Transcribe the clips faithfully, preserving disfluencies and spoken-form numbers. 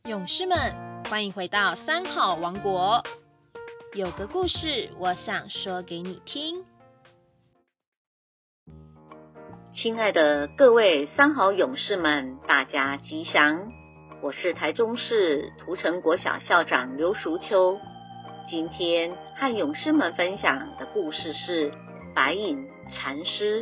勇士们，欢迎回到三好王国。有个故事，我想说给你听。 亲爱的各位三好勇士们，大家吉祥！我是台中市涂城国小校长刘淑秋。今天和勇士们分享的故事是白隐禅师。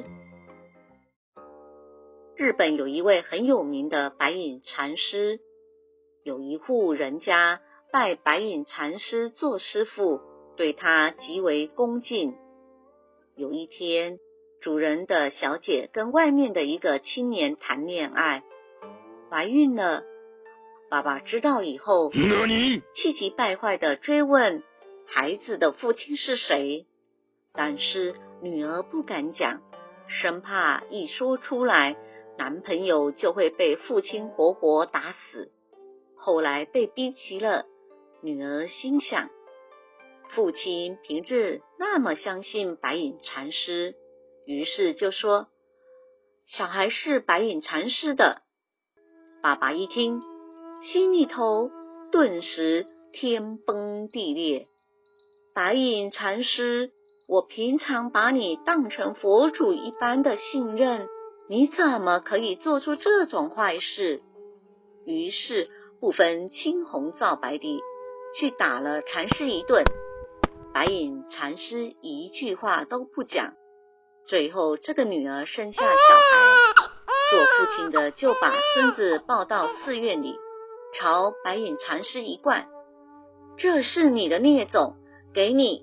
日本有一位很有名的白隐禅师，有一户人家拜白隐禅师做师父，对他极为恭敬。有一天，主人的小姐跟外面的一个青年谈恋爱，怀孕了。爸爸知道以后，气急败坏地追问孩子的父亲是谁，但是女儿不敢讲，生怕一说出来，男朋友就会被父亲活活打死。后来被逼急了，女儿心想，父亲平日那么相信白隐禅师，于是就说，小孩是白隐禅师的。爸爸一听，心里头顿时天崩地裂。白隐禅师，我平常把你当成佛祖一般的信任，你怎么可以做出这种坏事？于是不分青红皂白地去打了禅师一顿。白隐禅师一句话都不讲。最后这个女儿生下小孩，做父亲的就把孙子抱到寺院里，朝白隐禅师一灌，这是你的孽种，给你。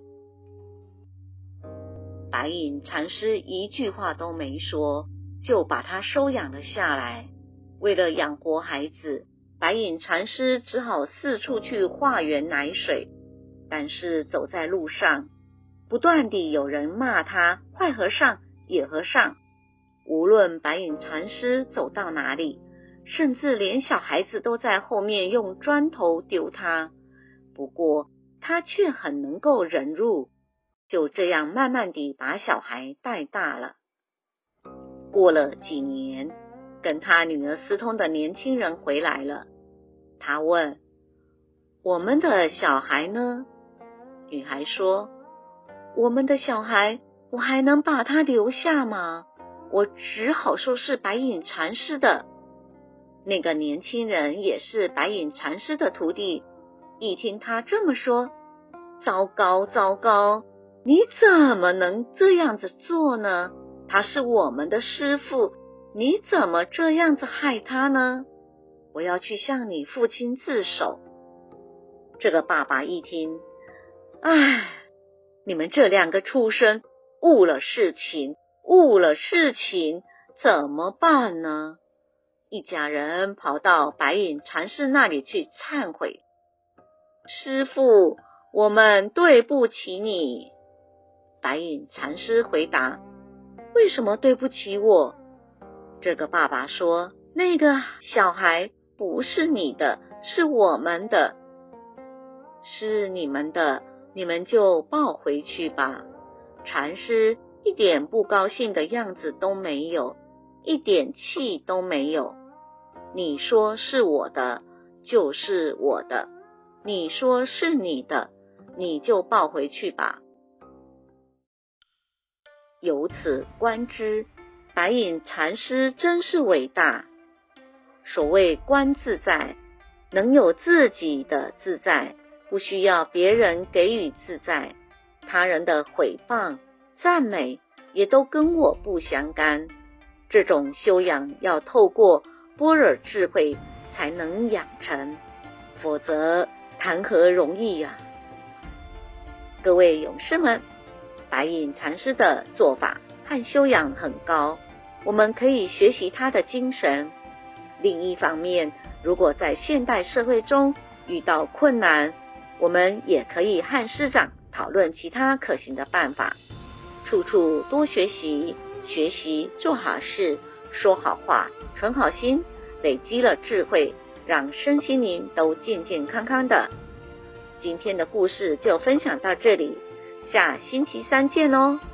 白隐禅师一句话都没说，就把他收养了下来。为了养活孩子，白隐禅师只好四处去化缘奶水，但是走在路上，不断地有人骂他坏和尚、野和尚。无论白隐禅师走到哪里，甚至连小孩子都在后面用砖头丢他，不过他却很能够忍辱，就这样慢慢地把小孩带大了。过了几年，跟他女儿私通的年轻人回来了，他问，我们的小孩呢？女孩说，我们的小孩，我还能把他留下吗？我只好说是白隐禅师的。那个年轻人也是白隐禅师的徒弟，一听他这么说，糟糕糟糕，你怎么能这样子做呢？他是我们的师父，你怎么这样子害他呢？我要去向你父亲自首。这个爸爸一听，唉，你们这两个畜生误了事情，误了事情，怎么办呢？一家人跑到白隐禅师那里去忏悔，师父，我们对不起你。白隐禅师回答，为什么对不起我？这个爸爸说，那个小孩不是你的，是我们的。是你们的，你们就抱回去吧。禅师一点不高兴的样子都没有，一点气都没有。你说是我的，就是我的；你说是你的，你就抱回去吧。由此观之，白隐禅师真是伟大。所谓观自在，能有自己的自在，不需要别人给予自在，他人的毁谤、赞美也都跟我不相干。这种修养要透过般若智慧才能养成，否则谈何容易呀、啊！各位勇士们，白隐禅师的做法和修养很高，我们可以学习他的精神。另一方面，如果在现代社会中遇到困难，我们也可以和师长讨论其他可行的办法。处处多学习，学习做好事，说好话，存好心，累积了智慧，让身心灵都健健康康的。今天的故事就分享到这里，下星期三见哦。